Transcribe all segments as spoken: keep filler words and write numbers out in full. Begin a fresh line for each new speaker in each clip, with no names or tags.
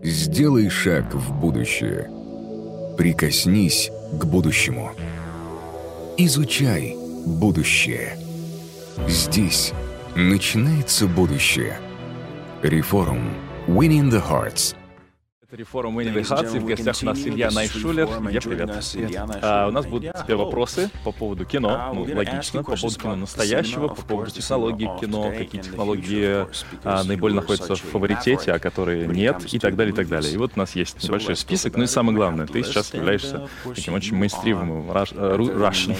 Сделай шаг в будущее. Прикоснись к будущему. Изучай будущее. Здесь начинается будущее. Reforum. Winning the Hearts.
Reforum Winning the Hearts, и в гостях у нас Илья Найшулер. Илья, привет. А, у нас будут теперь вопросы по поводу кино, ну, логично, по поводу кино настоящего, по поводу технологий кино, какие технологии а, наиболее находятся в фаворитете, а которые нет, и так далее, и так далее. И вот у нас есть небольшой список, ну и самое главное, ты сейчас являешься таким очень мейнстримовым, Russian,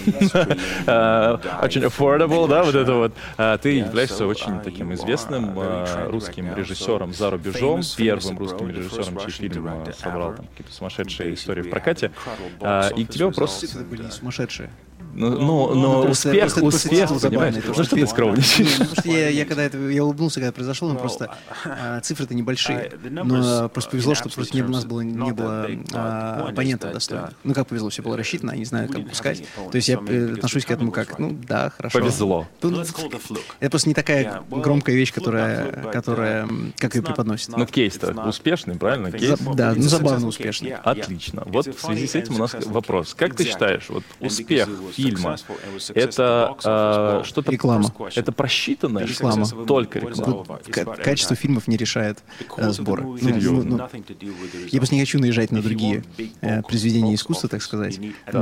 очень affordable, да, вот это вот. Ты являешься очень таким известным русским режиссером за рубежом, первым русским режиссером, чей фильм собрал там какие-то сумасшедшие истории в прокате. А, и к тебе вопрос...
Цифры были не сумасшедшие.
Ну, но, но
просто,
успех,
просто
успех, понимаешь?
забавно,
Ну что ты скромничаешь?
Потому что я, я когда это, я улыбнулся, когда произошло, но просто а, цифры-то небольшие. Но просто повезло, что просто не, у нас было, не было а, оппонентов достойных. Ну как повезло, все было рассчитано, они знают, как пускать. То есть я отношусь к этому как, ну да, хорошо.
Повезло.
Это просто не такая громкая вещь, которая, которая как ее преподносит.
Ну кейс-то успешный, правильно? Кейс?
За, да, ну забавно успешный.
Отлично. Вот в связи с этим у нас вопрос. Как ты считаешь, вот успех фильма — это э, что-то...
Реклама.
Это просчитанная
реклама.
Только реклама.
К- качество фильмов не решает э, сборы. Ну,
Серьезно?
ну, ну, я просто не хочу наезжать на другие э, произведения искусства, так сказать,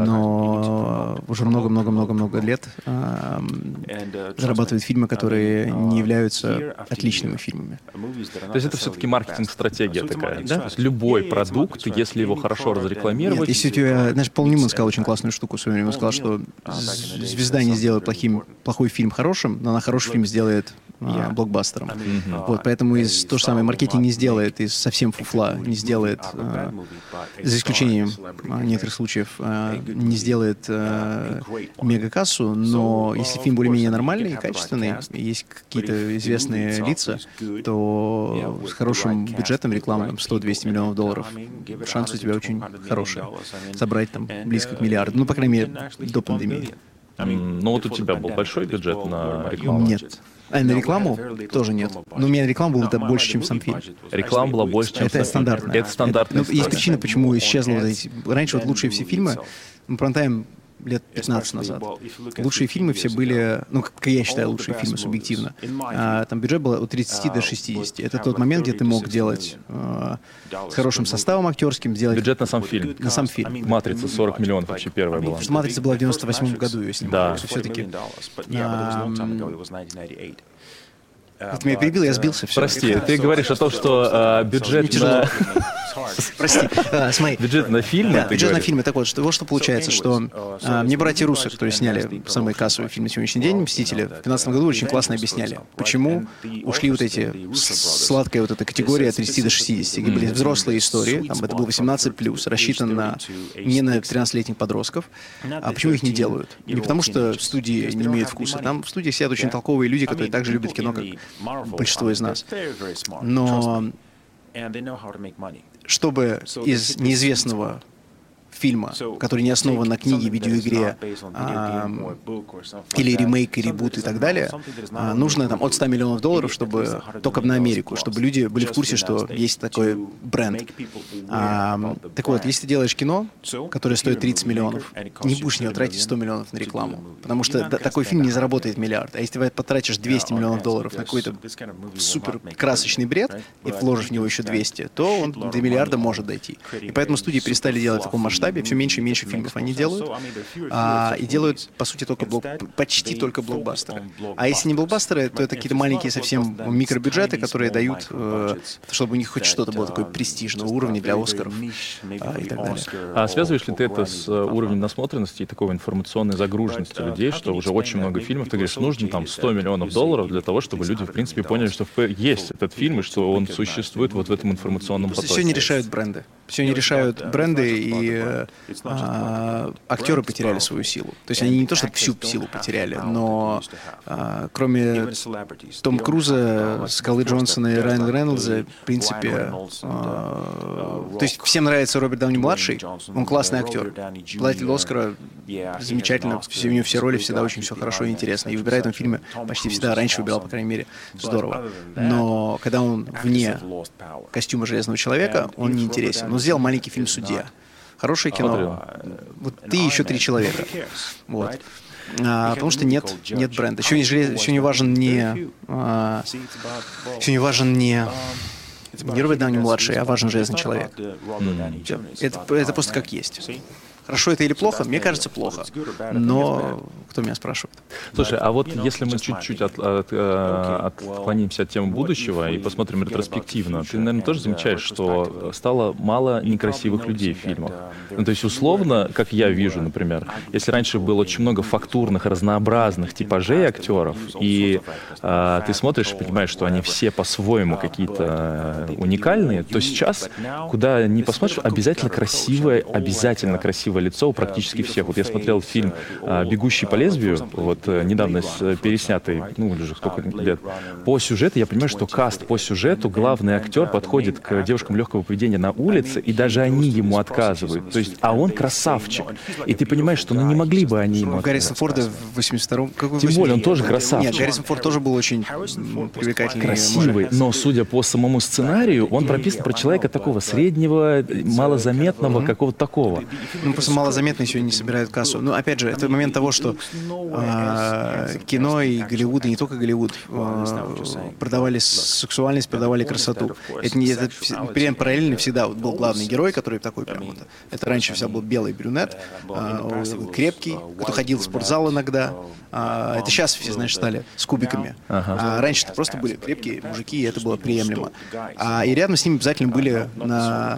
но уже много-много-много-много лет э, зарабатывают фильмы, которые не являются отличными фильмами.
То есть это все-таки маркетинг-стратегия такая, да? То есть любой продукт, если его хорошо разрекламировать...
Нет, если у тебя... Знаешь, Пол Ньюман сказал очень классную штуку в свое время. Он сказал, что звезда не сделает плохим, плохой фильм хорошим, но она хороший фильм сделает а, блокбастером. Mm-hmm. Вот, поэтому из, то же самое маркетинг не сделает, из совсем фуфла не сделает, а, за исключением а, некоторых случаев, а, не сделает а, мегакассу, но если фильм более-менее нормальный и качественный, и есть какие-то известные лица, то с хорошим бюджетом рекламным, сто-двести миллионов долларов, шансы у тебя очень хорошие. Собрать там близко к миллиарду, ну, по крайней мере, до пандемии.
Mm, ну вот у тебя был большой бюджет на рекламу?
Нет. А на рекламу тоже нет. Но у меня реклама была больше, чем сам фильм.
Реклама была больше, чем
это
сам
стандартно.
фильм. Это стандартная
это, ну, есть причина, почему исчезло вот эти... Раньше вот лучшие все фильмы, мы пронтаем лет пятнадцать назад. Лучшие фильмы все были, ну, как я считаю, лучшие фильмы субъективно. А, там бюджет был от тридцати до шестидесяти. Это тот момент, где ты мог делать а, с хорошим составом актерским, сделать...
Бюджет на сам фильм.
На сам фильм.
«Матрица» сорок миллионов вообще первая была.
Потому что «Матрица» была в девяносто восьмом году, если не
да.
все-таки... Ты меня перебил, я сбился. Все.
Прости, ты говоришь о том, что а, бюджет на...
Прости, а, смотри.
Бюджет на фильмы,
да,
ты
бюджет
говоришь?
на фильмы. Так вот, что, вот что получается, что а, мне братья Руссо, которые сняли самый кассовый фильм на сегодняшний день, «Мстители», в две тысячи пятнадцатом году очень классно объясняли, почему ушли вот эти сладкая вот эта категория от тридцати до шестидесяти, где были взрослые истории, там это был восемнадцать плюс, рассчитан на, не на тринадцатилетних подростков, а почему их не делают? Не потому что студии не имеют вкуса, там в студиях сидят очень толковые люди, которые также любят кино, как большинство из нас. Но чтобы из неизвестного фильма, который не основан на книге, видеоигре, а, или ремейк, и ребут и так далее, а, нужно там от ста миллионов долларов, чтобы только на Америку, чтобы люди были в курсе, что есть такой бренд. А, так вот, если ты делаешь кино, которое стоит тридцать миллионов, не будешь в него тратить сто миллионов на рекламу, потому что такой фильм не заработает миллиард. А если ты потратишь двести миллионов долларов на какой-то супер красочный бред и вложишь в него еще двести, то он до миллиарда может дойти. И поэтому студии перестали делать в таком масштабе, все меньше и меньше фильмов они делают, а, и делают, по сути, только блок, почти только блокбастеры. А если не блокбастеры, то это какие-то маленькие совсем микробюджеты, которые дают, э, чтобы у них хоть что-то было такое престижного уровня для Оскаров а, и так далее.
А связываешь ли ты это с уровнем насмотренности и такой информационной загруженности людей, что уже очень много фильмов, ты говоришь, нужно там сто миллионов долларов для того, чтобы люди, в принципе, поняли, что есть этот фильм и что он существует вот в этом информационном потоке?
Все не решают бренды. Все не решают бренды, и даже а, актеры потеряли свою силу. То есть они не то, что всю силу потеряли, но а, кроме Тома Круза, Скалы Джонсона и Райана Рейнольдса, в принципе, а, то есть всем нравится Роберт Дауни-младший, он классный актер, обладатель Оскара, замечательно, все, у него все роли всегда очень все хорошо и интересно, и выбирает он фильмы почти всегда, раньше выбирал, по крайней мере, здорово. Но когда он вне костюма Железного человека, он не интересен. Он сделал маленький фильм «Судья». Хорошее кино. Вот ты и еще три человека. Вот. А, потому что нет, нет бренда. Еще не, желез... еще не важен не... А, еще не важен не... Не Роберт Дауни-младший, а важен Железный человек. Mm. Все. Это, это просто как есть. Хорошо это или плохо? Мне кажется, плохо. Но кто меня спрашивает?
Слушай, а вот если мы чуть-чуть от, от, от, отклонимся от темы будущего и посмотрим ретроспективно, ты, наверное, тоже замечаешь, что стало мало некрасивых людей в фильмах. Ну, то есть, условно, как я вижу, например, если раньше было очень много фактурных, разнообразных типажей актеров, и а, ты смотришь и понимаешь, что они все по-своему какие-то уникальные, то сейчас, куда ни посмотришь, обязательно красивое, обязательно красивое лицо у практически всех. Вот я смотрел фильм «Бегущий по лезвию», вот недавно переснятый, ну, уже сколько лет, по сюжету, я понимаю, что каст по сюжету, главный актер подходит к девушкам легкого поведения на улице, и даже они ему отказывают. То есть, а он красавчик. И ты понимаешь, что ну не могли бы они ему...
Гаррисон Форда в восемьдесят втором...
Тем более, он тоже красавчик.
Нет, Гаррисон Форд тоже был очень привлекательный.
Красивый, но, судя по самому сценарию, он прописан про человека такого среднего, малозаметного, какого-то такого.
Ну, просто малозаметно сегодня не собирают кассу. Ну, опять же, это момент того, что э, кино и Голливуд, и не только Голливуд, э, продавали сексуальность, продавали красоту. Это, не, это прям параллельно всегда вот был главный герой, который такой прям вот. Это раньше всегда был белый брюнет, э, крепкий, кто ходил в спортзал иногда. Э, это сейчас все, знаешь, стали с кубиками. Ага. А раньше это просто были крепкие мужики, и это было приемлемо. А, и рядом с ними обязательно были на,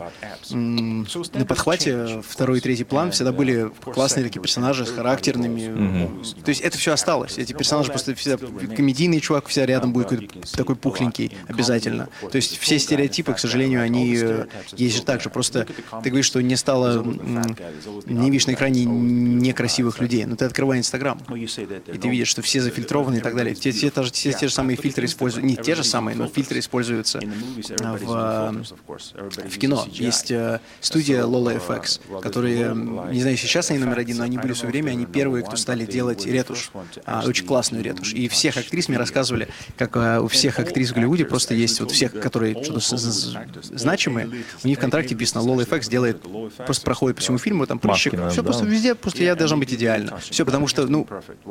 на подхвате второй и третий план всегда были классные такие персонажи с характерными. Mm-hmm. То есть это все осталось. Эти персонажи просто всегда комедийный чувак, всегда рядом будет какой-то такой пухленький обязательно. То есть все стереотипы, к сожалению, они есть же так же. Просто ты говоришь, что не стало, не видишь на экране некрасивых людей. Но ты открываешь Инстаграм, и ты видишь, что все зафильтрованы и так далее. Те, те, те, те, те же самые фильтры используются, не те же самые, но фильтры используются в, в кино. Есть студия Lola эф икс, которые, не знаю, сейчас они номер один, но они были все время, они первые, кто стали делать ретушь, а, очень классную ретушь. И всех актрис мне рассказывали, как а, у всех актрис в Голливуде просто есть, вот всех, которые что-то значимые, у них в контракте написано, Lola эф икс делает, просто проходит по всему фильму, там прыщик, все просто везде, просто я должен быть идеально. Все, потому что, ну,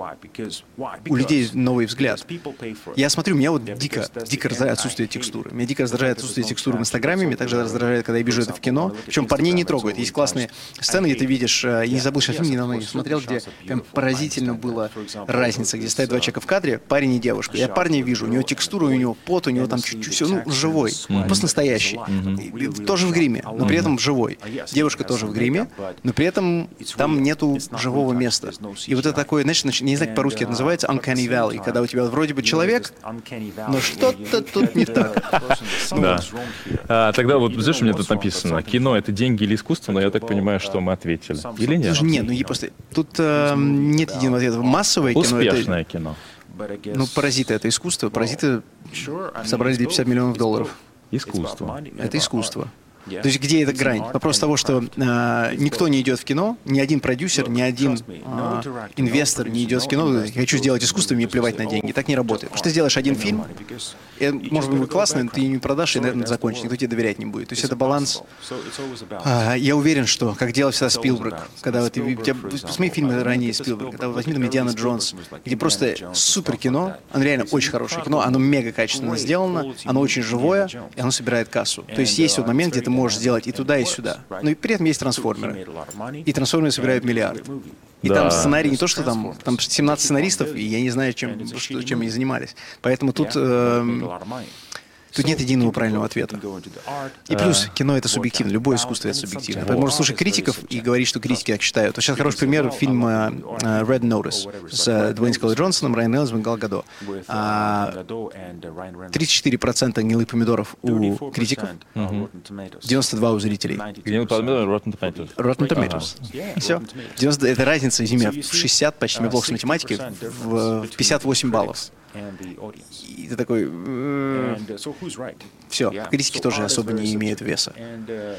у людей новый взгляд. Я смотрю, меня вот дико, дико раздражает отсутствие текстуры. Меня дико раздражает отсутствие текстуры в Инстаграме, меня также раздражает, когда я вижу это в кино. Причем парней не трогают. Есть классные сцены, где ты видишь, я не забыл, сейчас фильм недавно не смотрел, где прям поразительно была разница, где стоят два человека в кадре, парень и девушка. Я парня вижу, у него текстура, у него пот, у него там чуть-чуть все, ну, живой, mm-hmm. просто настоящий. Mm-hmm. Тоже в гриме, но при этом живой. Девушка тоже в гриме, но при этом там нету живого места. И вот это такое, знаешь, не знаю, как по-русски это называется, uncanny valley, когда у тебя вроде бы человек, но что-то тут не так.
Да. А, тогда вот, знаешь, у меня тут написано, кино — это деньги или искусство, но я так понимаю, что мы ответили. Или нет?
Слушай, нет, ну и просто тут э, нет единого ответа. Массовое кино —
успешное кино.
Ну, «Паразиты» — это искусство. «Паразиты» собрали пятьдесят миллионов долларов.
Искусство.
Это искусство. То есть где эта грань? Вопрос того, что э, никто не идет в кино, ни один продюсер, ни один э, инвестор не идет в кино. Я хочу сделать искусство, мне плевать на деньги. Так не работает. Потому что ты сделаешь один фильм, и, может быть, будет классно, но ты не продашь, и, наверное, закончишь. Никто тебе доверять не будет. То есть это баланс. Э, я уверен, что, как делал всегда Спилберг, когда вот, ты, тебя, посмотри фильмы ранее Спилберга, когда возьми там «Индиана Джонс», где просто супер кино, оно реально очень хорошее кино, оно мега качественно сделано, оно очень живое, и оно собирает кассу. То есть есть вот момент, где ты можешь сделать и туда, и сюда. Но и при этом есть трансформеры. И трансформеры собирают миллиард. И да. Там сценарий не то, что там, там семнадцать сценаристов, и я не знаю, чем, что, чем они занимались. Поэтому тут... Э, Тут нет единого правильного ответа. И плюс, кино — это субъективно, любое искусство — это субъективно. Поэтому можно слушать критиков и говорить, что критики так считают. Вот сейчас хороший пример — фильм Red Notice с Дуэйн Скалой Джонсоном, Райан Рейнольдсом, Гал Гадо. тридцать четыре процента гнилых помидоров у критиков, девяносто два у зрителей.
Гнилые помидоры Rotten Tomatoes.
Rotten Tomatoes. Все. девяносто, это разница, извини меня, в шестьдесят, почти мне плохо с математикой, в пятьдесят восемь баллов. И ты такой... Все, критики тоже особо не имеют веса.
То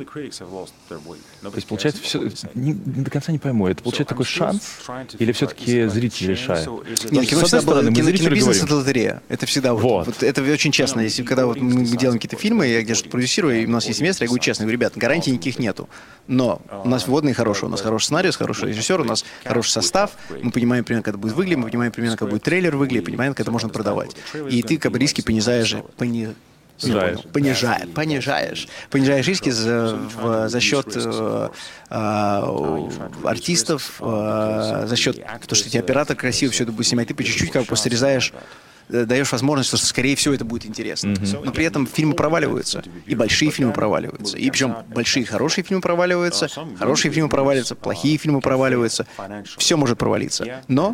есть, получается, все, не, до конца не пойму, это получается такой шанс, или все-таки зритель решает?
Нет, кино всегда было, кино, кинобизнес — это лотерея. Это всегда вот,
вот.
вот. Это очень честно. Если когда вот мы делаем какие-то фильмы, я где-то продюсирую, и у нас есть инвестор, я говорю честно, я говорю, ребят, гарантий никаких нету. Но у нас вводные хорошие, у нас хороший сценарий, хороший режиссер, у нас хороший состав, мы понимаем примерно, как это будет выглядеть, мы понимаем примерно, как будет трейлер выглядеть, понимаем, как это можно продавать. И ты как бы риски понижаешь, пони...
Понижаешь.
Понижаешь, понижаешь, понижаешь риски за, в, за счет э, э, артистов, э, за счет того, что тебе оператор красиво все это будет снимать, ты по чуть-чуть как бы срезаешь, даешь возможность, что, скорее всего, это будет интересно. Mm-hmm. Но при этом фильмы проваливаются, и большие фильмы проваливаются. И причем большие хорошие фильмы проваливаются, хорошие фильмы проваливаются, плохие фильмы проваливаются. Все может провалиться. Но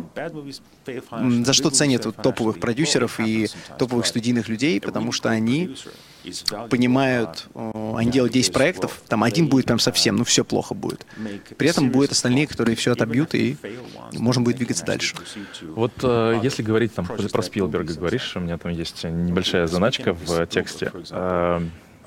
за что ценят вот топовых продюсеров и топовых студийных людей? Потому что они понимают, они делают десять проектов, там один будет прям совсем, ну все плохо будет. При этом будут остальные, которые все отобьют, и можно будет двигаться дальше.
Вот э, если говорить там про Спилберга, говоришь, у меня там есть небольшая заначка в тексте. Э,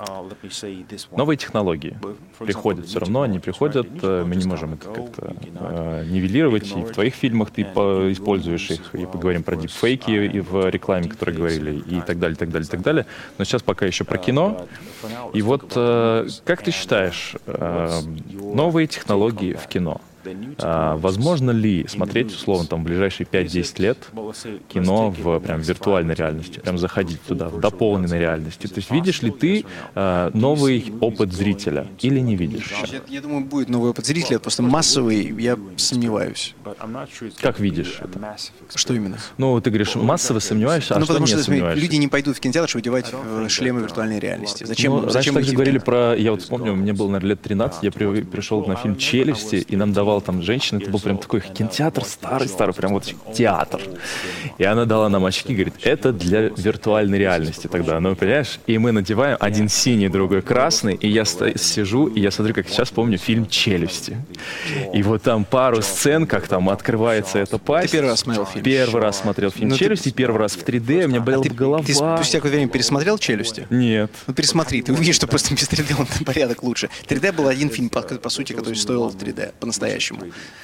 Новые технологии приходят все равно, они приходят, мы не можем это как-то э, нивелировать, и в твоих фильмах ты по- используешь их, и поговорим про дипфейки и в рекламе, которые говорили, и так далее, так далее, так далее. Но сейчас пока еще про кино. И вот э, как ты считаешь, э, новые технологии в кино? А, возможно ли смотреть, условно, там, в ближайшие пять-десять лет кино в прям виртуальной реальности, прям заходить туда, в дополненной реальности? То есть видишь ли ты а, новый опыт зрителя или не видишь еще?
Я, я думаю, будет новый опыт зрителя, просто массовый, я сомневаюсь.
Как видишь это?
Что именно?
Ну, ты говоришь, массово сомневаешься, а
ну,
что
потому
не
что
сомневаешься?
Люди не пойдут в кинотеатр, чтобы одевать э, шлемы виртуальной реальности. Зачем?
Ну,
зачем
раньше также говорили
кино?
про... Я вот вспомнил, мне было, наверное, лет тринадцать, я при, пришел на фильм «Челюсти», и нам давал там женщина, это был прям такой кинотеатр, старый-старый, прям вот театр. И она дала нам очки, говорит, это для виртуальной реальности тогда, ну, понимаешь? И мы надеваем, один синий, другой красный, и я сто... сижу, и я смотрю, как сейчас помню фильм «Челюсти». И вот там пару сцен, как там открывается эта пасть.
Ты первый раз смотрел фильм?
Первый раз смотрел фильм
ну,
«Челюсти»,
ты...
первый раз в три дэ, у меня болела
а ты,
голова.
Ты спустя какое-то время пересмотрел «Челюсти»?
Нет.
Ну, пересмотри, ты увидишь, что просто без три дэ он на порядок лучше. три дэ был один фильм, по, по сути, который стоил в три дэ, по-настоящему.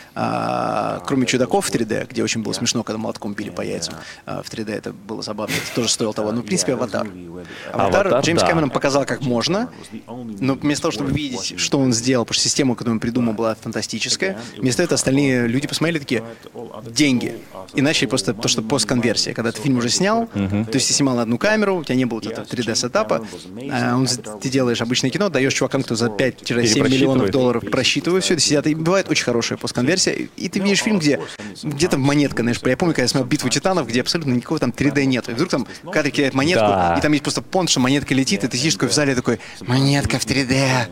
А, кроме «Чудаков» в три дэ, где очень было смешно, когда молотком били по яйцам, а, в три дэ это было забавно, это тоже стоило того. Ну, в принципе, «Аватар». «Аватар»,
«Аватар»
Джеймс
да.
Кэмерон показал, как можно, но вместо того, чтобы видеть, что он сделал, потому что система, которую он придумал, была фантастическая, вместо этого остальные люди посмотрели такие деньги. И начали просто то, что постконверсия. Когда ты фильм уже снял, uh-huh. то есть ты снимал на одну камеру, у тебя не было вот этого три дэ-сетапа, а он, ты делаешь обычное кино, даешь чувакам, кто за пять-семь миллионов долларов просчитывает все это, сидят, и бывает очень хорошая постконверсия, и ты видишь фильм, где где-то монетка, знаешь, я помню, когда я смотрел «Битву титанов», где абсолютно никакого там три дэ нет, и вдруг там кадр кидает монетку, да. и там есть просто понт, что монетка летит, и ты сидишь такой в зале такой, монетка в три дэ.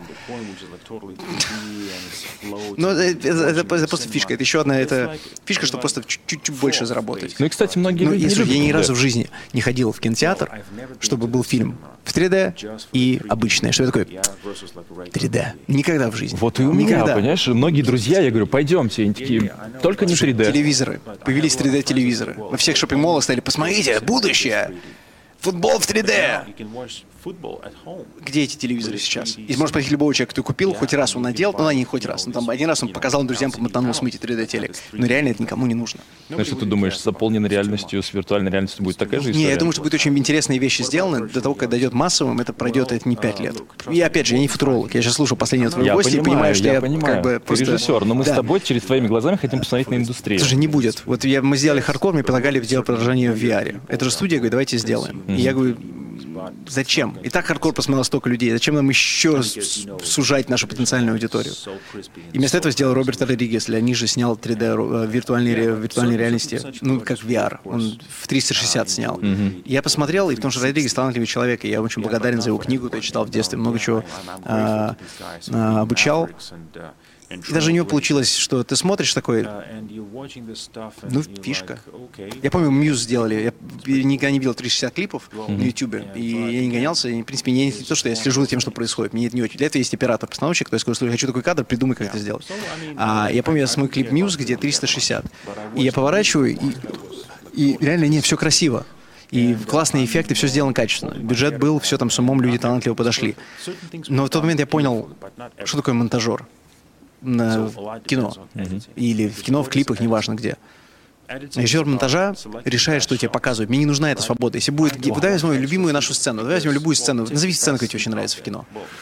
Ну, это, это, это просто фишка. Это еще одна это фишка, чтобы просто чуть-чуть больше заработать.
Ну и, кстати, многие
ну,
люди
я,
не любят
я ни
три дэ.
разу в жизни не ходил в кинотеатр, чтобы был фильм в три дэ и обычное. Что я такой? три дэ. Никогда в жизни.
Вот и у меня,
Никогда.
понимаешь, многие друзья, я говорю, пойдемте, они такие, только не три дэ.
Телевизоры. Появились три дэ-телевизоры. Во всех шоппинг-моллах стали, посмотрите, будущее. Футбол в три дэ. Где эти телевизоры сейчас? И можешь спросить любого человека, кто купил, хоть раз он надел, ну, не хоть раз. Ну, там один раз он показал друзьям, помотанул, смотрите, три дэ-телек. Но реально это никому не нужно.
Ну, что ты думаешь, с заполненной реальностью, с виртуальной реальностью будет такая же история?
Не, я думаю, что будут очень интересные вещи сделаны. До того, как дойдет массовым, это пройдет это не пять лет. И опять же, я не футуролог. Я сейчас слушал последнего твоего
я
гостя
понимаю,
и понимаю, что
я,
я
понимаю.
как бы
Ты
просто...
режиссер, но мы
да.
с тобой через твоими глазами хотим посмотреть на индустрию.
Слушай, не будет. Вот я, мы сделали хардкор, мне предлагали сделать продолжение в ви ар. Это же студия, говорит, давайте сделаем. Mm-hmm. И я говорю, зачем? И так хардкор посмотрел столько людей. Зачем нам еще сужать нашу потенциальную аудиторию? И вместо этого сделал Роберт Родригес. Они же снял три дэ виртуальной, виртуальной реальности, ну, как ви ар. Он в триста шестьдесят снял. Mm-hmm. Я посмотрел, и потому что Родригес талантливый человек, и я очень благодарен за его книгу, которую я читал в детстве, много чего а, а, обучал. И даже у него получилось, что ты смотришь такой, ну, фишка. Я помню, Мьюз сделали, я никогда не видел триста шестьдесят клипов mm-hmm. на Ютубе, и я не гонялся, и, в принципе, не, не то, что я слежу за тем, что происходит, мне это не очень. Для этого есть оператор-постановщик, то есть, если я хочу такой кадр, придумай, как это сделать. А, я помню, я смотрю клип Мьюз, где триста шестьдесят, и я поворачиваю, и, и реально, нет, все красиво. И классные эффекты, все сделано качественно. Бюджет был, все там с умом, люди талантливо подошли. Но в тот момент я понял, что такое монтажер на кино. Mm-hmm. Или в кино, в клипах, неважно где. Режиссер монтажа решает, что тебе показывают. Мне не нужна эта свобода. Если будет... Давай возьмем любимую нашу сцену. Давай возьмем любую сцену. Назови сцену, которая тебе очень нравится в кино.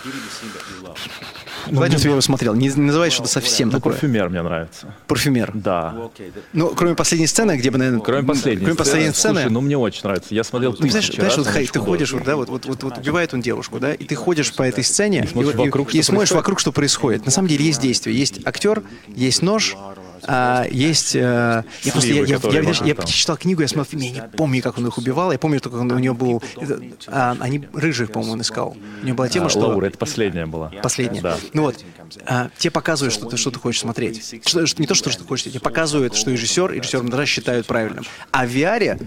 Давай, я его смотрел. Не называй что-то совсем
ну,
такое.
«Парфюмер» мне нравится.
«Парфюмер».
Да.
Ну, кроме последней сцены, где бы, наверное...
Кроме последней,
кроме последней
сцены.
сцены...
Слушай, ну мне очень нравится. Я смотрел
ну, знаешь,
вчера,
знаешь, вот, хай, ты ходишь, вот, да, вот, вот, вот, вот убивает он девушку, да, и ты ходишь по этой сцене, и,
смотришь,
и,
вокруг,
и, и
что
смотришь
происходит.
вокруг, что происходит. На самом деле есть действие. Есть актер, есть нож, а, есть... А, я просто, я, я, я, я, я прочитал книгу, я смотрел фильм, я не помню, как он их убивал, я помню, только у него был... Это, а, они рыжих, по-моему, он искал. У него была тема,
а,
что...
Лаура, это последняя была.
Последняя.
Да.
Ну вот, а, тебе показывают, что ты, что ты хочешь смотреть. Что, что, не то, что, что ты хочешь, тебе показывают, что режиссер и режиссер монтажа считают правильным. А в ви ар...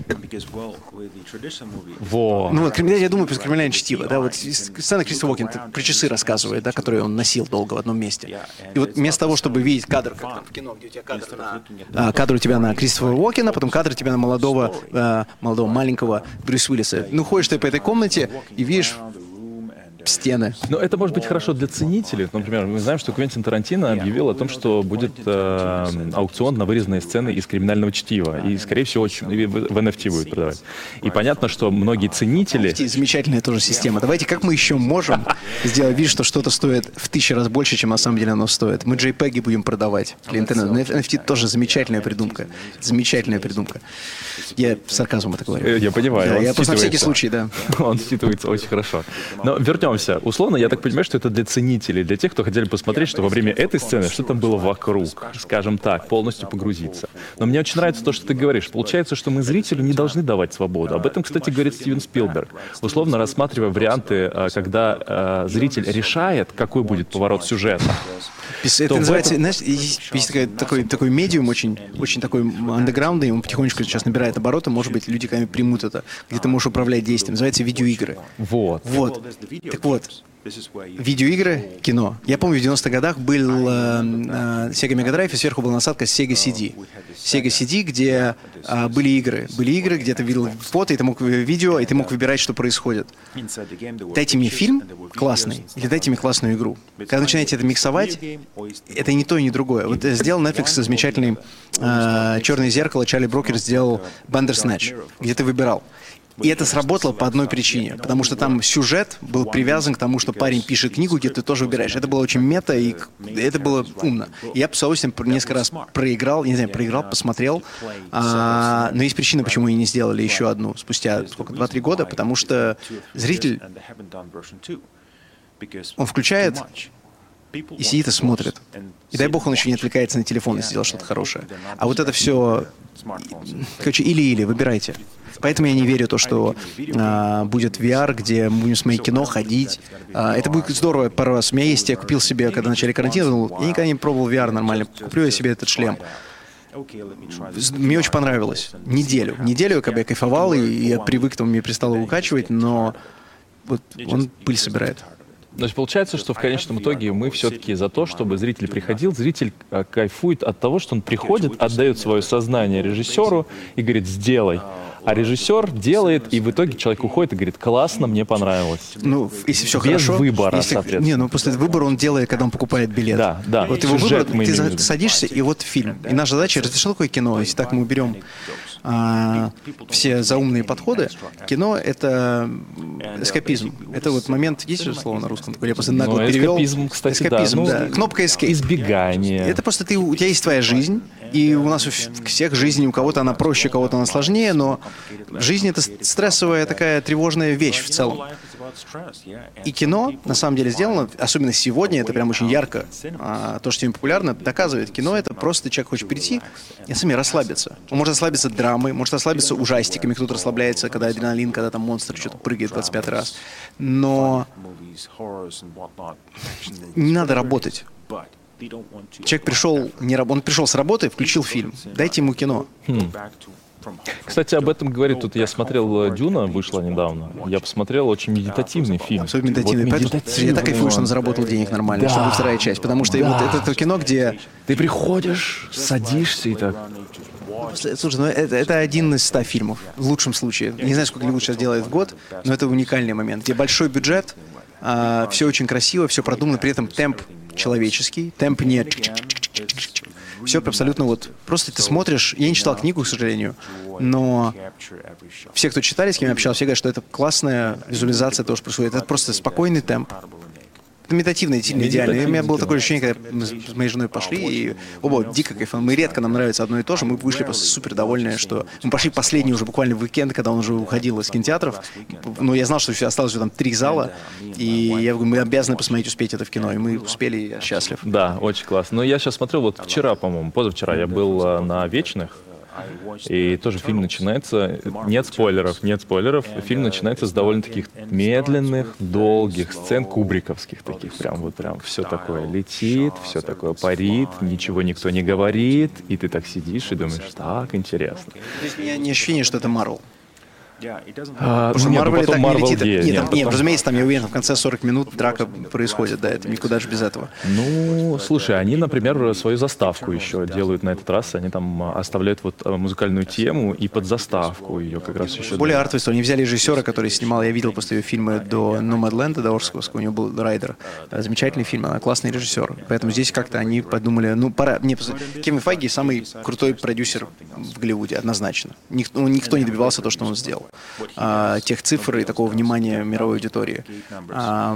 Во.
Ну вот, я думаю, про криминальное чтиво, да, вот сцена Кристофера Уокена про часы рассказывает, да, которые он носил долго в одном месте. И вот вместо того, чтобы видеть кадр, как там в кино, где у тебя кадр на... А, кадр у тебя на Кристофера Уокена, потом кадр у тебя на молодого, а, молодого маленького Брюса Уиллиса. Ну, ходишь ты по этой комнате и видишь стены.
Но это может быть хорошо для ценителей. Например, мы знаем, что Квентин Тарантино объявил о том, что будет э, аукцион на вырезанные сцены из «Криминального чтива». И, скорее всего, очень, и в эн эф ти будет продавать. И понятно, что многие ценители...
Замечательная тоже система. Давайте, как мы еще можем сделать вид, что что-то стоит в тысячу раз больше, чем на самом деле оно стоит? Мы джей пеги будем продавать для интернета. Но эн эф ти тоже замечательная придумка. Замечательная придумка. Я сарказмом это говорю.
Я понимаю.
Да, я просто на всякий случай, да.
Он считывается очень хорошо. Но вернемся. Условно, я так понимаю, что это для ценителей, для тех, кто хотели посмотреть, что во время этой сцены что там было вокруг, скажем так, полностью погрузиться. Но мне очень нравится то, что ты говоришь. Получается, что мы зрителю не должны давать свободу. Об этом, кстати, говорит Стивен Спилберг. Условно рассматривая варианты, когда зритель решает, какой будет поворот сюжета.
Это называется, этом... знаешь, есть, есть такой, такой, такой медиум, очень, очень такой андеграундный, он потихонечку сейчас набирает обороты, может быть, люди когда примут это, где ты можешь управлять действием, называется видеоигры.
Вот.
Вот. Так вот, видеоигры, кино. Я помню, в девяностых годах был э, э, Sega Mega Drive, и сверху была насадка Sega си ди. Sega си ди, где э, были игры. Были игры, где ты видел фото, и ты мог видео, и ты мог выбирать, что происходит. Дайте мне фильм классный, или дайте мне классную игру. Когда начинаете это миксовать, это не то и не другое. Вот сделал Netflix замечательный э, «Черное зеркало», Чарли Брокер сделал Bandersnatch, где ты выбирал. И это сработало по одной причине, потому что там сюжет был привязан к тому, что парень пишет книгу, где ты тоже выбираешь. Это было очень мета, и это было умно. И я, с удовольствием, несколько раз проиграл, не знаю, проиграл, посмотрел, а, но есть причина, почему и не сделали еще одну спустя, сколько, два-три года, потому что зритель, он включает и сидит и смотрит. И дай бог, он еще не отвлекается на телефон и сделал что-то хорошее. А вот это все... Короче, или-или, выбирайте. Поэтому я не верю в то, что а, будет ви ар, где мы будем смотреть кино, ходить. А, это будет здорово пару раз. У меня есть, я купил себе, когда в начале карантина, думал, я никогда не пробовал ви ар нормально. Куплю я себе этот шлем. Мне очень понравилось. Неделю. Неделю как бы я кайфовал, и я привык, там мне перестало укачивать, но вот он пыль собирает.
То есть получается, что в конечном итоге мы все-таки за то, чтобы зритель приходил, зритель а, кайфует от того, что он приходит, отдает свое сознание режиссеру и говорит «сделай». А режиссер делает, и в итоге человек уходит и говорит «классно, мне понравилось».
Ну, если все
без
хорошо...
Без выбора,
если,
соответственно.
Не, ну просто выбор он делает, когда он покупает билет.
Да, да.
Вот его выбор, ты, ты
виду,
садишься, и вот фильм. И наша задача — это что такое кино? Если так мы уберем а, все заумные подходы, кино — это эскапизм. Это вот момент, есть же слово на русском? Я просто нагло
ну,
перевел.
Эскапизм, кстати,
эскапизм,
да.
да.
Ну,
кнопка escape.
Избегание.
Это просто ты, у тебя есть твоя жизнь, И у нас у всех жизнь, у кого-то она проще, у кого-то она сложнее, но жизнь — это стрессовая такая тревожная вещь в целом. И кино, на самом деле, сделано, особенно сегодня, это прям очень ярко, а, то, что сегодня популярно, доказывает, кино — это просто человек хочет прийти и сами расслабиться. Он может расслабиться драмой, может расслабиться ужастиками, кто-то расслабляется, когда адреналин, когда там монстр что-то прыгает двадцать пятый раз. Но не надо работать. Человек пришел, не раб... он пришел с работы, включил фильм. Дайте ему кино.
Хм. Кстати, об этом говорит, тут я смотрел «Дюна», вышла недавно. Я посмотрел, очень медитативный фильм.
Особенно медитативный. Вот Поэтому медитативный. Я так кайфую, что он заработал денег нормально, да. Чтобы вторая часть. Потому что да. вот это то кино, где...
Ты приходишь, садишься и так...
Слушай, ну это, это один из ста фильмов, в лучшем случае. Не знаю, сколько Голливуд сейчас делает в год, но это уникальный момент, где большой бюджет, а, все очень красиво, все продумано, при этом темп человеческий, темп не... Все абсолютно вот... Просто ты смотришь... Я не читал книгу, к сожалению, но все, кто читали, с кем я общался, все говорят, что это классная визуализация того, что происходит. Это просто спокойный темп. Это медитативно, сильно идеально. И у меня было такое ощущение, когда мы с моей женой пошли, и оба дико кайфанули. Мы редко, нам нравится одно и то же, мы вышли просто супер довольные, что... Мы пошли последний уже буквально в уикенд, когда он уже уходил из кинотеатров. Но я знал, что осталось уже там три зала, и я говорю, мы обязаны посмотреть, успеть это в кино. И мы успели, и я счастлив.
Да, очень классно. Но я сейчас смотрел, вот вчера, по-моему, позавчера я был на «Вечных», и тоже фильм начинается, нет спойлеров, нет спойлеров, фильм начинается с довольно таких медленных, долгих сцен кубриковских таких, прям вот прям все такое летит, все такое парит, ничего никто не говорит, и ты так сидишь и думаешь, так интересно.
Здесь не, не ощущение, что это Марвел.
А,
Потому что
нет,
Марвел так
Marvel
не летит.
есть,
Нет,
нет,
там,
потом...
нет, разумеется, там, я уверен, в конце сорок минут драка происходит, да, это никуда же без этого.
Ну, слушай, они, например, свою заставку еще делают на этот раз, они там оставляют вот музыкальную тему и под заставку ее как раз еще...
Более артовый, они взяли режиссера, который снимал, я видел после ее фильма до Nomadland, до Орсковского, у него был «Райдер». Замечательный фильм, она классный режиссер. Поэтому здесь как-то они подумали, ну, пора... Не, Кевин Файги самый крутой продюсер в Голливуде, однозначно. Никто, никто не добивался того, что он сделал. Тех цифр и такого внимания мировой аудитории. А,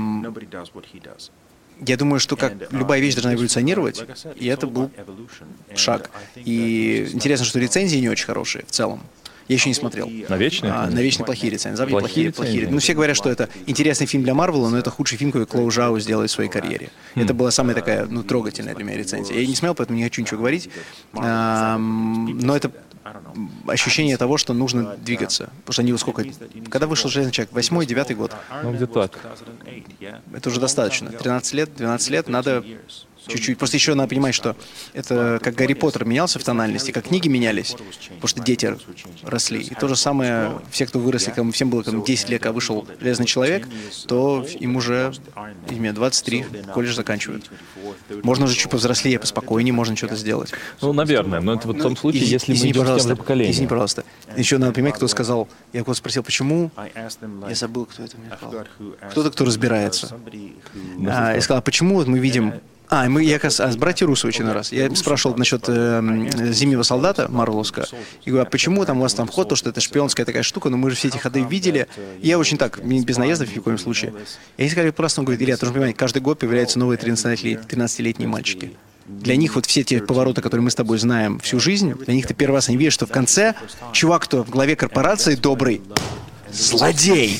я думаю, что как любая вещь должна эволюционировать, и это был шаг. И интересно, что рецензии не очень хорошие в целом. Я еще не смотрел.
На «Вечные»?
А, на «Вечные» плохие рецензии. Плохие,
плохие,
плохие. Ну, все говорят, что это интересный фильм для Марвела, но это худший фильм, который Клоу Жао сделал в своей карьере. Mm. Это была самая такая, ну, трогательная для меня рецензия. Я не смотрел, поэтому не хочу ничего говорить. А, но это ощущение того, что нужно двигаться. Потому что они сколько... Когда вышел «Железный человек»? Восьмой, девятый год?
Ну, где-то так.
Это уже достаточно. тринадцать лет, двенадцать лет, надо... Чуть-чуть. Просто еще надо понимать, что это как Гарри Поттер менялся в тональности, как книги менялись, потому что дети росли. И то же самое, все, кто выросли, кому всем было кому десять лет, когда вышел «Железный человек», то им уже двадцать три, колледж заканчивают. Можно уже чуть повзрослее, поспокойнее, можно что-то сделать.
Ну, наверное, но это вот в том случае, если мы идем с тем же поколением.
Извини, пожалуйста. Еще надо понимать, кто сказал, я кого-то спросил, почему, я забыл, кто это мне сказал. Кто-то, кто разбирается. А, я сказал, а почему вот мы видим... А, мы, я как раз, а, с братья Русовичи на раз. Я спрашивал насчет э, «Зимнего солдата» марвеловского. И говорю, а почему там у вас там вход, то, что это шпионская такая штука, но мы же все эти ходы видели. И я очень так, без наездов ни в коем случае. И они сказали просто, он говорит, Илья, ты должен понимать, каждый год появляются новые тринадцатилетние мальчики. Для них вот все те повороты, которые мы с тобой знаем всю жизнь, для них ты первый раз они видят, что в конце чувак, кто в главе корпорации добрый, злодей.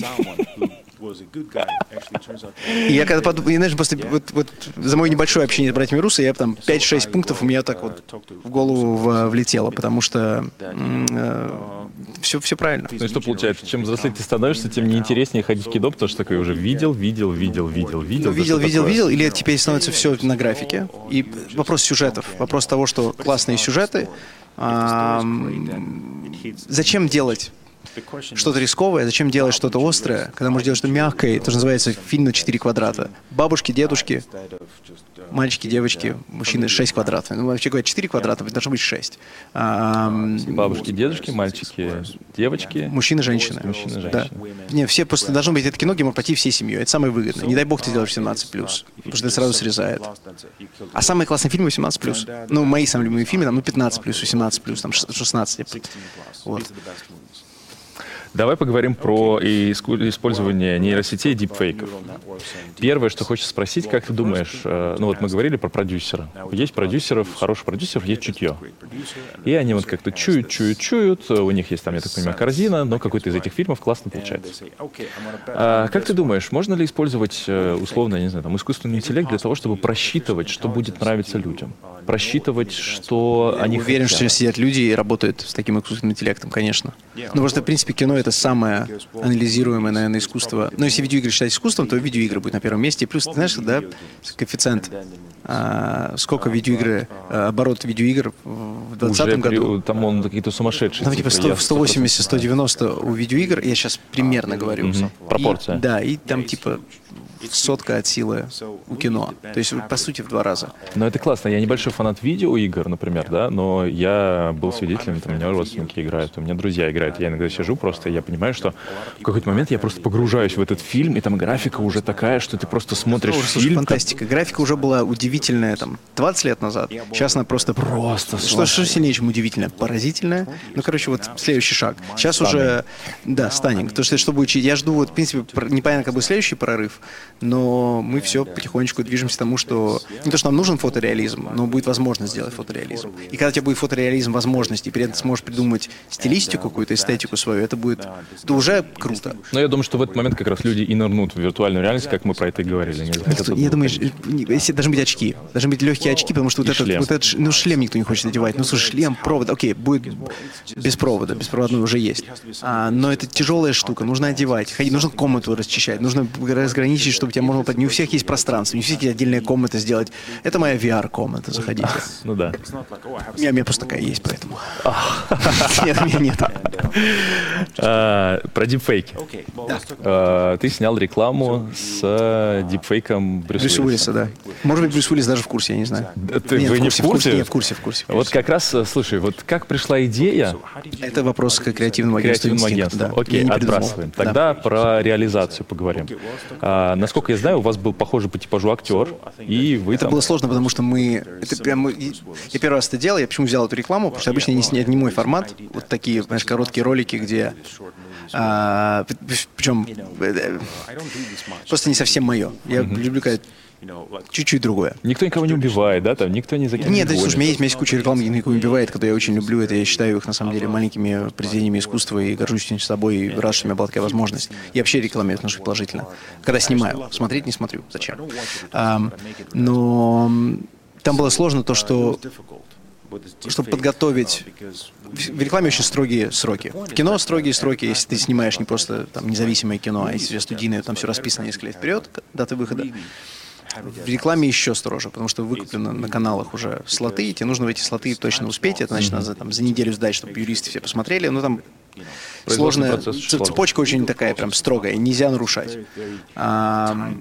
И я когда подумал, знаешь, после вот, вот, за мое небольшое общение с братьями Руссо, я там пять-шесть пунктов у меня так вот в голову в, влетело, потому что э, все, все правильно.
Ну и что получается, чем взрослее ты становишься, тем неинтереснее ходить в кино, потому что такой уже видел, видел, видел, видел, видел.
Ну, видел, видел, видел, или теперь становится все на графике. И вопрос сюжетов, вопрос того, что классные сюжеты, а, зачем делать что-то рисковое, зачем делать что-то острое, когда можно делать что-то мягкое, это же называется фильм на четыре квадрата. Бабушки, дедушки, мальчики, девочки, мужчины шесть квадратов. Ну, вообще говоря, четыре квадрата, должно быть шесть. А,
бабушки, дедушки, мальчики, девочки.
Мужчины, женщины.
Мужчины, женщины.
Да. Не, все просто должно быть это кино, где можно пройти всей семьей. Это самое выгодное. Не дай бог ты сделаешь семнадцать плюс, потому что это сразу срезает. А самые классные фильмы восемнадцать плюс. Ну, мои самые любимые фильмы, там, ну, пятнадцать плюс, восемнадцать плюс, там, шестнадцать. Вот.
Давай поговорим про иску- использование нейросетей и дипфейков. Первое, что хочется спросить, как ты думаешь, э, ну вот мы говорили про продюсера. Есть продюсеров, хороших продюсеров, есть чутье. И они вот как-то чуют, чуют, чуют, у них есть там, я так понимаю, корзина, но какой-то из этих фильмов классно получается. А как ты думаешь, можно ли использовать, условно, я не знаю, там, искусственный интеллект для того, чтобы просчитывать, что будет нравиться людям? Просчитывать, что они хотят?
Уверен, что сидят люди и работают с таким искусственным интеллектом, конечно. Ну, просто, в принципе, кино — это самое анализируемое, наверное, искусство. Но если видеоигры считать искусством, то видеоигры будут на первом месте. И плюс, ты знаешь, да, коэффициент, а, сколько видеоигры, а, оборот видеоигр в двадцатом году.
Там он какие-то сумасшедшие.
Там типа сто восемьдесят - сто девяносто у видеоигр, я сейчас примерно говорю.
Угу. Пропорция.
И, да, и там типа сотка от силы у кино. То есть, по сути, в два раза.
Но это классно. Я небольшой фанат видеоигр, например, да, но я был свидетелем, там, у меня родственники играют, у меня друзья играют. Я иногда сижу просто, и я понимаю, что в какой-то момент я просто погружаюсь в этот фильм, и там графика уже такая, что ты просто смотришь
О,
фильм.
Фантастика. Графика уже была удивительная там двадцать лет назад. Сейчас она просто...
Просто
Что, что сильнее, чем удивительная? Поразительная. Ну, короче, вот следующий шаг. Сейчас уже... Да, станинг. То, что, что будет... Я жду, вот, в принципе, непонятно, как будет следующий прорыв, но мы все потихонечку движемся к тому, что... Не то, что нам нужен фотореализм, но будет возможность сделать фотореализм. И когда у тебя будет фотореализм возможности, и при этом сможешь придумать стилистику, какую-то эстетику свою, это будет... Это уже круто.
Но я думаю, что в этот момент как раз люди и нырнут в виртуальную реальность, как мы про это и говорили. Не захотят
Я думаю, если должны быть очки. Должны быть легкие очки, потому что вот этот, вот этот... Ну, шлем никто не хочет надевать. Ну, слушай, шлем, провод, окей, будет без провода, беспроводной уже есть. А, но это тяжелая штука, нужно одевать, ходить, нужно комнату расчищать, нужно разграничить, чтобы тебя можно... Не у всех есть пространство, не у всех есть отдельная комната сделать. Это моя ви ар-комната, заходите.
Ну да.
У меня, у меня просто такая есть, поэтому... Нет, у меня нет.
Про дипфейки. Ты снял рекламу с дипфейком Брюса
Брюса Уиллиса, да. Может быть, Брюс Уиллис даже в курсе, я не знаю.
Вы не в курсе?
Нет, в курсе, в курсе.
Вот как раз, слушай, вот как пришла идея...
Это вопрос к креативному агентству.
Креативному агентству.
Да.
Окей, отбрасываем. Тогда про реализацию поговорим. А, насколько я знаю, у вас был похожий по типажу актер, и вы
Это
там...
было сложно, потому что мы... Это прям... Я первый раз это делал, я почему взял эту рекламу, потому что обычно не, это не мой формат. Вот такие, знаешь, короткие ролики, где... А, причем... Просто не совсем мое. Я mm-hmm. люблю когда чуть-чуть другое.
Никто никого не убивает, да? Там никто не закинет.
Нет, слушай, у меня есть, у меня есть куча рекламы, где никого не убивает, которые я очень люблю. Это я считаю их, на самом деле, маленькими произведениями искусства и горжусь с собой, и рад, что у меня была такая возможность. Я вообще рекламе отношусь положительно. Когда снимаю. Смотреть не смотрю. Зачем? А, но там было сложно то, что... Чтобы подготовить... В рекламе очень строгие сроки. В кино строгие сроки, если ты снимаешь не просто там независимое кино, а если студийное, там все расписано несколько лет вперед, даты выхода. В рекламе еще строже, потому что выкуплено на каналах уже слоты, и тебе нужно в эти слоты точно успеть. Это значит, надо там, за неделю сдать, чтобы юристы все посмотрели. Ну, там сложная... Цепочка очень такая прям строгая, нельзя нарушать. А,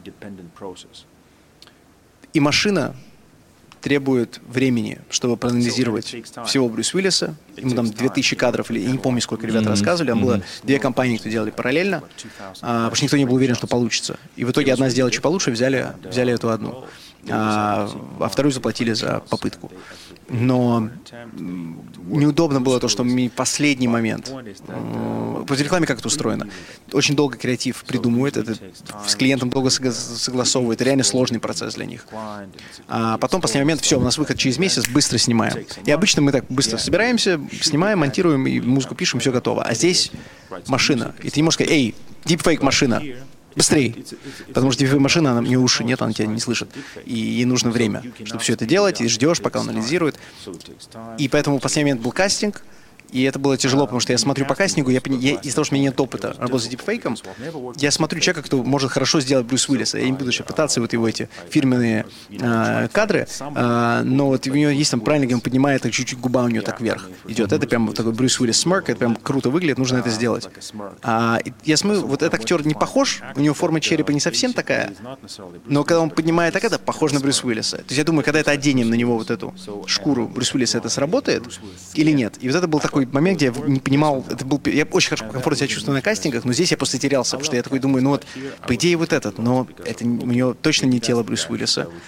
и машина требует времени, чтобы проанализировать всего Брюса Уиллиса. Ему там две тысячи кадров, или я не помню, сколько ребята mm-hmm. рассказывали. Там mm-hmm. было две компании, кто делали параллельно, а, потому что никто не был уверен, что получится. И в итоге одна сделала чуть получше, взяли, взяли эту одну. А, а вторую заплатили за попытку. Но неудобно было то, что мы последний момент. В рекламе как это устроено? Очень долго креатив придумывает, это с клиентом долго согласовывает, это реально сложный процесс для них. А потом, в последний момент, все, у нас выход через месяц, быстро снимаем. И обычно мы так быстро собираемся, снимаем, монтируем, и музыку пишем, все готово. А здесь машина, и ты не можешь сказать: эй, дипфейк машина, быстрей, потому что машина, она, у нее уши нет, она тебя не слышит, и ей нужно время, чтобы все это делать, и ждешь, пока он анализирует. И поэтому в последний момент был кастинг, и это было тяжело, потому что я смотрю по кастингу, я, я, из-за того, что у меня нет опыта работы с дипфейком, я смотрю человека, кто может хорошо сделать Брюс Уиллиса. Я не буду еще пытаться вот его эти фирменные э, кадры, э, но вот у него есть там правильно, где он поднимает, так чуть-чуть губа у него так вверх идет. Это прям вот такой Брюс Уиллис смарк, это прям круто выглядит, нужно это сделать. А, я смотрю, вот этот актер не похож, у него форма черепа не совсем такая, но когда он поднимает так, это похож на Брюс Уиллиса. То есть я думаю, когда это оденем на него вот эту шкуру Брюс Уиллиса, это сработает или нет? И вот это был такой момент, где я не понимал, это был, я очень хорошо, комфортно себя чувствую на кастингах, но здесь я просто терялся, потому что я такой думаю, ну вот, по идее вот этот, но это у него точно не тело Брюса Уиллиса.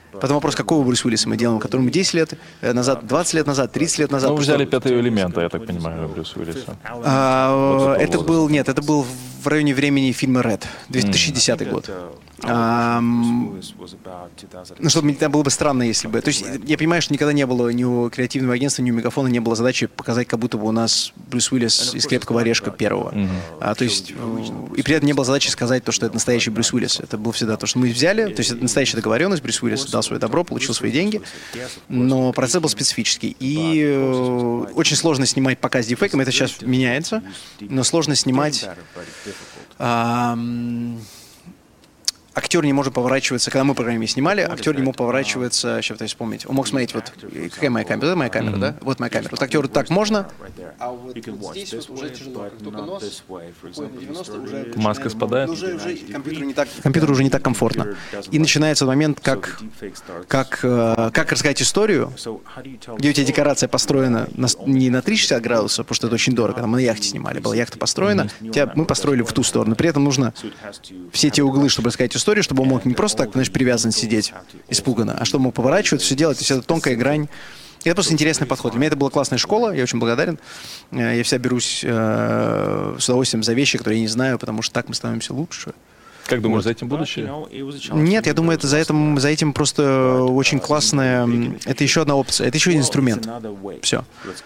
Потом вопрос, какого Брюс Уиллиса мы делаем, которому десять лет назад, двадцать лет назад, тридцать лет назад.
Ну, вы взяли «Пятого элемента», я так понимаю, Брюса Уиллиса.
А, вот это был, нет, это был в районе времени фильма «Red», две тысячи десятый mm. год. А, ну, чтобы это было бы странно, если бы... То есть я понимаю, что никогда не было ни у креативного агентства, ни у Мегафона не было задачи показать, как будто бы у нас Брюс Уиллис из «Крепкого орешка» первого. Mm-hmm. А, то есть, и при этом не было задачи сказать то, что это настоящий Брюс Уиллис. Это было всегда то, что мы взяли, то есть это настоящая договоренность, Брюс Уиллис дал свое добро, получил свои деньги, но процесс был специфический. И э, очень сложно снимать пока с дипфейком, это сейчас меняется, но сложно снимать... А, актер не может поворачиваться, когда мы по программе снимали, актер не мог поворачиваться, сейчас пытаюсь вспомнить, он мог смотреть, вот, какая моя камера, это моя камера, mm-hmm. да? Вот моя камера. Вот актеру так можно, а вот здесь вот уже тяжело, как только нос, девяносто уже...
Маска спадает?
Уже, уже компьютеру, не так, компьютеру уже не так комфортно. И начинается момент, как, как, э, как рассказать историю, где у тебя декорация построена на, не на триста шестьдесят градусов, потому что это очень дорого, там мы на яхте снимали, была яхта построена, тебя, мы построили в ту сторону, при этом нужно все те углы, чтобы рассказать историю, чтобы он мог не просто так, знаешь, привязан сидеть испуганно, а чтобы мог поворачивать, все делать, то есть это тонкая грань. И это просто интересный подход. Для меня это была классная школа, я очень благодарен. Я всегда берусь э, с удовольствием за вещи, которые я не знаю, потому что так мы становимся лучше.
Как думаешь, вот. За этим будущее?
Нет, я думаю, это за этим, за этим просто очень классная... Это еще одна опция, это еще один инструмент. Все.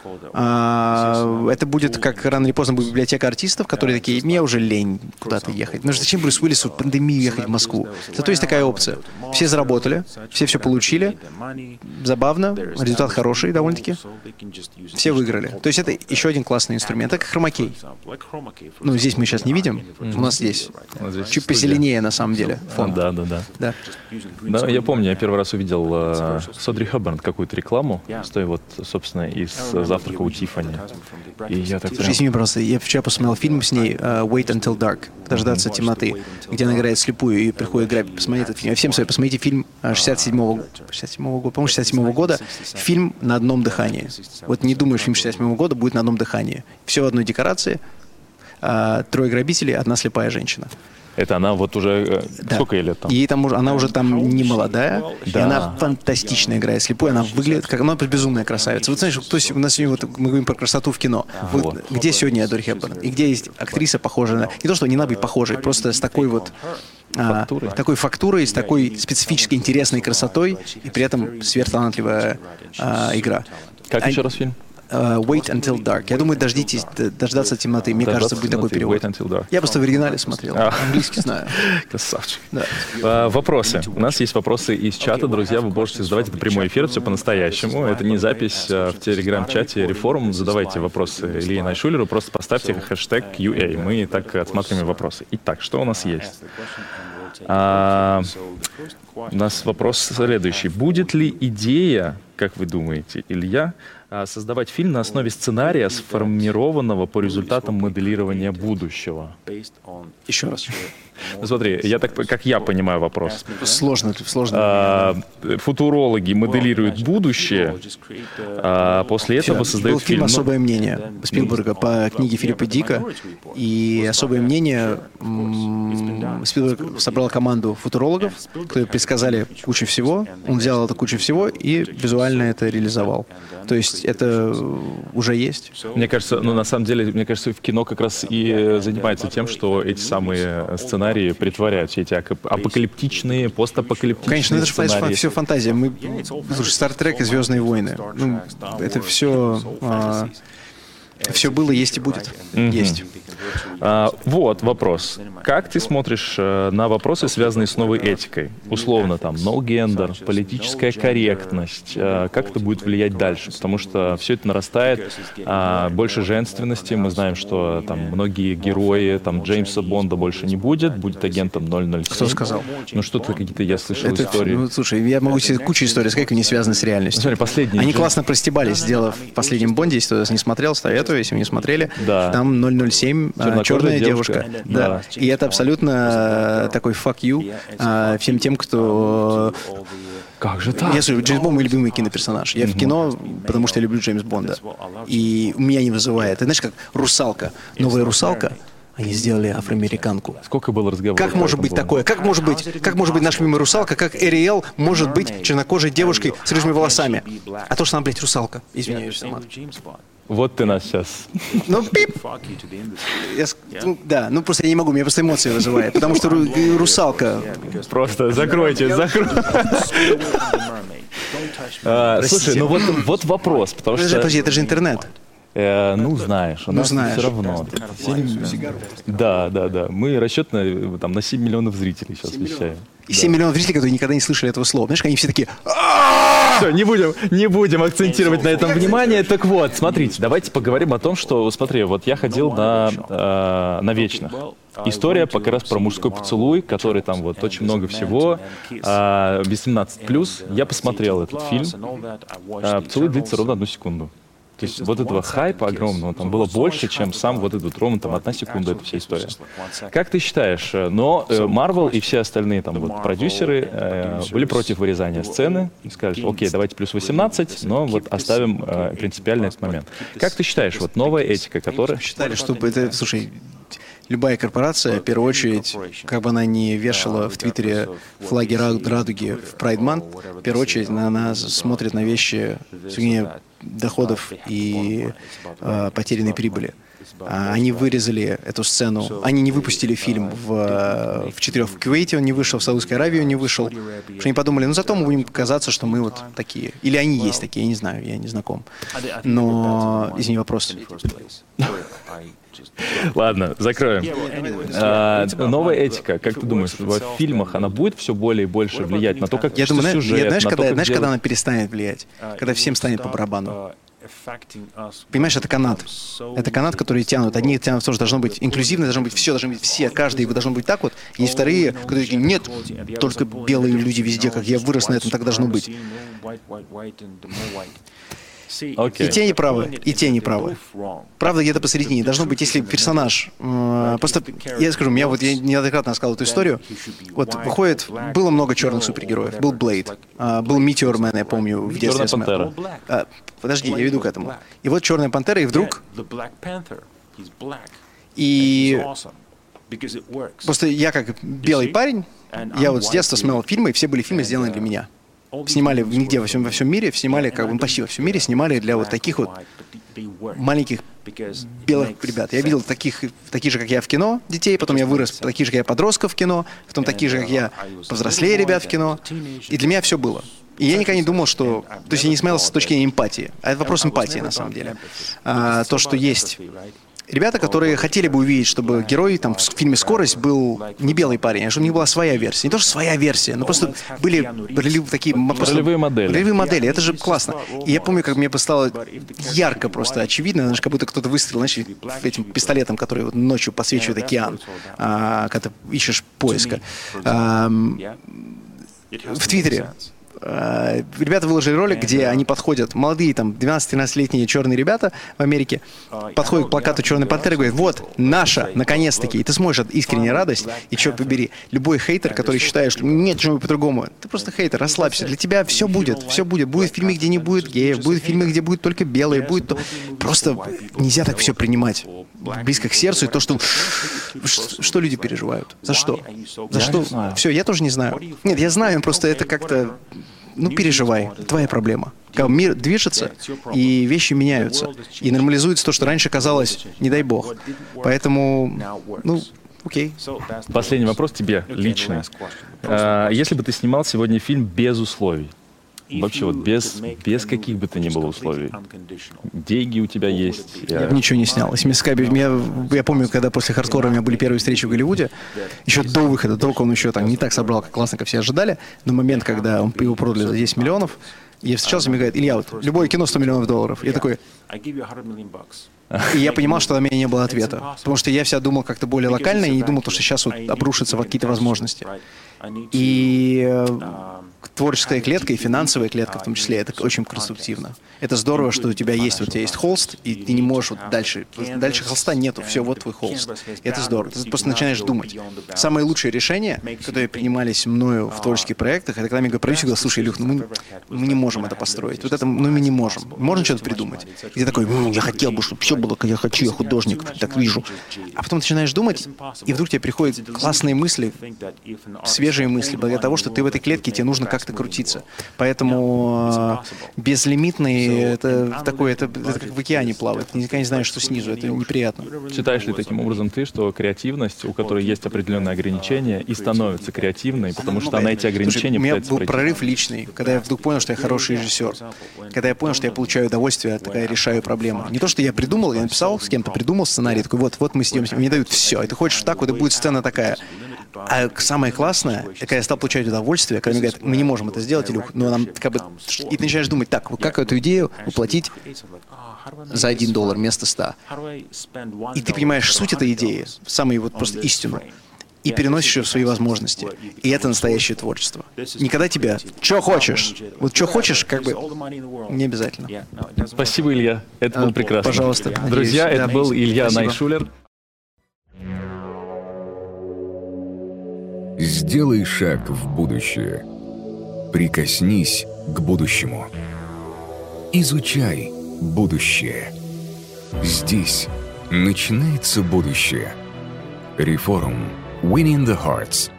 А, это будет, как рано или поздно, будет библиотека артистов, которые такие, мне уже лень куда-то ехать. Ну зачем Брюс Уиллису в пандемию ехать в Москву? Зато есть такая опция. Все заработали, все все получили, забавно, результат хороший довольно-таки. Все выиграли. То есть это еще один классный инструмент. Это как хромакей. Ну, здесь мы сейчас не видим, у нас здесь. Чуть посильнее. Линее, на самом деле, фон.
Да, да, да. Да, да я помню, я первый раз увидел э, с Одри Хепберн какую-то рекламу, с той вот, собственно, из «Завтрака у Тиффани». И я так прям...
Извини, просто, я вчера посмотрел фильм с ней uh, «Wait Until Dark», «Дождаться темноты», где она играет слепую и приходит играть. Посмотрите этот фильм. Я всем советую, посмотрите фильм шестьдесят седьмого года, по-моему, шестьдесят седьмого года, фильм «На одном дыхании». Вот не думаешь, фильм шестьдесят седьмого года будет «На одном дыхании». Все в одной декорации, uh, трое грабителей, одна слепая женщина.
Это она вот уже... Да. Сколько ей лет там?
Ей там уже, она уже там не молодая, да. И она фантастично играет слепой, она выглядит как... Она безумная красавица. Вот знаешь, кто, у нас сегодня, вот, мы говорим про красоту в кино. Вот. Вот, где сегодня Одри Хепберн? И где есть актриса, похожая на... Не то, что не надо быть похожей, просто с такой вот... А, такой фактурой, с такой специфически интересной красотой, и при этом сверхталантливая а, игра.
Как а, еще раз фильм?
Uh, Wait Until Dark. Я думаю, дождитесь, дождаться темноты. Мне кажется, будет такой перевод. Я просто в оригинале смотрел, а. английский знаю.
Красавчик. Да. А, вопросы. У нас есть вопросы из чата, друзья. Вы можете задавать, это прямой эфир, все по-настоящему. Это не запись а, в телеграм-чате Reforum. Задавайте вопросы Илье Найшулеру, просто поставьте хэштег кью эй. Мы так отсматриваем вопросы. Итак, что у нас есть? А, у нас вопрос следующий. Будет ли идея, как вы думаете, Илья, создавать фильм на основе сценария, сформированного по результатам моделирования будущего?
Еще раз.
Ну, смотри, я так, как я понимаю вопрос.
Сложно, сложно.
А, футурологи моделируют будущее, а после этого Все. создают
Был фильм. фильм «Особое мнение» Спилберга по книге Филиппа Дика. И «Особое мнение» Спилберг собрал команду футурологов, которые предсказали кучу всего. Он взял эту кучу всего и визуально это реализовал. То есть это уже есть.
Мне кажется, ну на самом деле, мне кажется, в кино как раз и занимается тем, что эти самые сценарии притворяют, все эти апокалиптичные, постапокалиптичные
Конечно, это
сценарии.
же все фантазия. Мы, слушай, «Стартрек» и «Звездные войны». Ну, это все... А, все было, есть и будет. Mm-hmm. Есть.
А, вот вопрос. Как ты смотришь а, на вопросы, связанные с новой этикой? Условно, там, no gender, политическая корректность. А, как это будет влиять дальше? Потому что все это нарастает, а, больше женственности. Мы знаем, что там многие герои, там, Джеймса Бонда больше не будет, будет агентом ноль ноль семь.
Кто сказал?
Ну, что-то какие-то, я слышал
это,
истории.
Ну, слушай, я могу себе кучу историй сказать, как они связаны с реальностью.
Смотри, последний.
Они классно простебались, сделав в последнем Бонде, если кто-то не смотрел, советую, если вы не смотрели.
Да.
Там ноль ноль семь, черная, черная девушка. девушка. Да. Да. И это абсолютно такой fuck you а, всем тем, кто...
Как же так?
Я слушаю, Джеймс Бонд мой любимый киноперсонаж. Я mm-hmm. в кино, потому что я люблю Джеймса Бонда. И у меня не вызывает. Ты знаешь, как «Русалка», новая «Русалка», они сделали афроамериканку.
Сколько было разговоров?
Как может быть такое? Как может быть, как может быть наша любимая русалка, как Эриэл может быть чернокожей девушкой с рыжими волосами? А то, что она, блядь, русалка. Извиняюсь, сама.
Вот ты нас сейчас.
Ну, пип! Я, ну, да, ну просто я не могу, меня просто эмоции вызывает, потому что ру, русалка.
Просто закройте, закройте. а, слушай, ну вот, вот вопрос, потому
подожди,
что...
Подожди, это же интернет.
Э, ну, знаешь, у
ну,
нас
знаешь.
все равно. Да, да, да. Мы расчет на, там, на семь миллионов зрителей сейчас вещаем.
И семь миллионов зрителей, которые никогда не слышали этого слова. Знаешь, они все такие...
Все, не будем, не будем акцентировать на этом внимание. Так вот, смотрите, давайте поговорим о том, что, смотри, вот я ходил на, э, на Вечных. История как раз про мужской поцелуй, который там вот очень много всего, э, восемнадцать плюс. Я посмотрел этот фильм. Э, поцелуй длится ровно одну секунду. То есть вот этого хайпа огромного там было больше, чем сам вот этот ровно там одна секунда, эта вся история. Как ты считаешь, но Marvel и все остальные там вот продюсеры э, были против вырезания сцены, и сказали, окей, давайте плюс восемнадцать, но вот оставим э, принципиально этот момент. Как ты считаешь, вот новая этика, которая...
Считали, что это, слушай, любая корпорация, в первую очередь, как бы она ни вешала в Твиттере флаги радуги в Pride Month, в первую очередь она, она смотрит на вещи с доходов и э, потерянной прибыли. А они вырезали эту сцену. Они не выпустили фильм в, в четырех в Кувейте, он не вышел, в Саудовской Аравии он не вышел. Потому что они подумали, ну зато мы будем казаться, что мы вот такие. Или они есть такие, я не знаю, я не знаком. Но, извини, вопрос.
Ладно, закроем. А, новая этика, как ты думаешь, в фильмах она будет все более и больше влиять на то, как
я думаю,
сюжет,
я, знаешь,
на
когда,
то, как
знаешь,
делать...
когда она перестанет влиять? Когда всем станет по барабану. Понимаешь, это канат. Это канат, который тянут. Одни тянут, тоже должно быть инклюзивно, должно быть все, должно быть все, каждый должно быть так вот. Есть вторые, которые такие, нет, только белые люди везде, как я вырос на этом, так должно быть.
Okay.
И те не правы, и те не правы. Правда где-то посередине. Должно быть, если персонаж... Э, просто, я скажу, я вот я неоднократно рассказал эту историю. Вот выходит, было много черных супергероев. Был Блейд, э, был Meteor Man, я помню, в детстве.
Черная пантера.
Э, подожди, я веду к этому. И вот Черная пантера, и вдруг... И... Просто я как белый парень, я вот с детства смотрел фильмы, и все были фильмы сделаны для меня. Снимали нигде во всем, во всем мире, снимали, как бы почти во всем мире, снимали для вот таких вот маленьких белых ребят. Я видел таких, таких же, как я, в кино детей, потом я вырос, таких же, как я, подростков в кино, потом таких же, как я, повзрослее ребят в кино. И для меня все было. И я никогда не думал, что... То есть я не смотрел с точки зрения эмпатии. А это вопрос эмпатии, на самом деле. А, то, что есть... Ребята, которые хотели бы увидеть, чтобы герой там в фильме «Скорость» был не белый парень, а чтобы у них была своя версия. Не то, что своя версия, но просто были ролевые такие...
Ролевые модели.
Ролевые модели, это же классно. И я помню, как мне стало ярко просто очевидно, знаешь, как будто кто-то выстрелил, знаешь, этим пистолетом, который вот ночью подсвечивает океан, а, когда ты ищешь поиска. А, в Твиттере. Ребята выложили ролик, где они подходят, молодые там двенадцати-тринадцатилетние черные ребята в Америке, подходят к плакату Черной пантеры и говорят, вот, наша, наконец-таки. И ты смотришь от искренней радость, и черт побери, любой хейтер, который считает, что нет, что по-другому, ты просто хейтер, расслабься, для тебя все будет, все будет. Будет фильмы, где не будет геев, будет фильмы, где будет только белые, будет то... Просто нельзя так все принимать близко к сердцу, и то, что... Что люди переживают? За что? За что? Все, я тоже не знаю. Нет, я знаю, просто это как-то... Ну, переживай, твоя проблема. Когда мир движется, и вещи меняются, и нормализуется то, что раньше казалось, не дай бог. Поэтому, ну, окей.
Последний вопрос тебе, личный. А, если бы ты снимал сегодня фильм без условий, вообще вот без, без каких бы то ни было условий, деньги у тебя есть.
Я бы ничего не снял. Если мне скайпе, я, я помню, когда после «Хардкора» у меня были первые встречи в Голливуде, еще до выхода, до того, как он еще там не так собрал, как классно, как все ожидали, но момент, когда он его продали за десять миллионов, я встречался, мне говорят, Илья, вот любое кино сто миллионов долларов. Я такой... И я понимал, что у меня не было ответа. Потому что я всегда думал как-то более локально и не думал, что сейчас вот обрушатся какие-то возможности. И творческая клетка и финансовая клетка в том числе, это очень конструктивно. Это здорово, что у тебя есть, вот у тебя есть холст, и ты не можешь вот дальше, дальше холста нету, все, вот твой холст. И это здорово. Ты просто начинаешь думать. Самые лучшие решения, которые принимались мною в творческих проектах, это когда мне продюсер говорил: слушай, Илюх, ну мы, мы не можем это построить. Вот это, ну мы не можем. Можно что-то придумать. И ты такой: ну, я хотел бы, чтобы все было, как я хочу, я художник, так вижу. А потом начинаешь думать, и вдруг тебе приходят классные мысли, свежие мысли, благодаря тому, что ты в этой клетке, тебе нужно как-то крутиться. Поэтому безлимитный, это такое, это, это как в океане плавать. Ты никогда не знаешь, что снизу, это неприятно.
Считаешь ли таким образом ты, что креативность, у которой есть определенные ограничения, и становится креативной, потому что она эти ограничения
Слушай,
пытается
у меня был
пройти?
прорыв личный, когда я вдруг понял, что я хороший режиссер. Когда я понял, что я получаю удовольствие, когда я решаю проблемы. Не то, что я придумал, я написал с кем-то, придумал сценарий, такой: вот, вот мы сидим, мне дают все, и ты хочешь так, вот и будет сцена такая. А самое классное, когда я стал получать удовольствие, когда мне говорят: мы не можем это сделать, Илюх, но нам как бы... И ты начинаешь думать: так, вот как эту идею воплотить за один доллар вместо ста. И ты понимаешь суть этой идеи, самую вот просто истину, и переносишь ее в свои возможности. И это настоящее творчество. Никогда тебя «что хочешь?» Вот «что хочешь» как бы не обязательно.
Спасибо, Илья. Это был прекрасно.
Пожалуйста.
Друзья,
Надеюсь.
это
Да.
был Илья
Спасибо.
Найшулер.
Сделай шаг в будущее. Прикоснись к будущему. Изучай будущее. Здесь начинается будущее. Reforum. Winning the Hearts.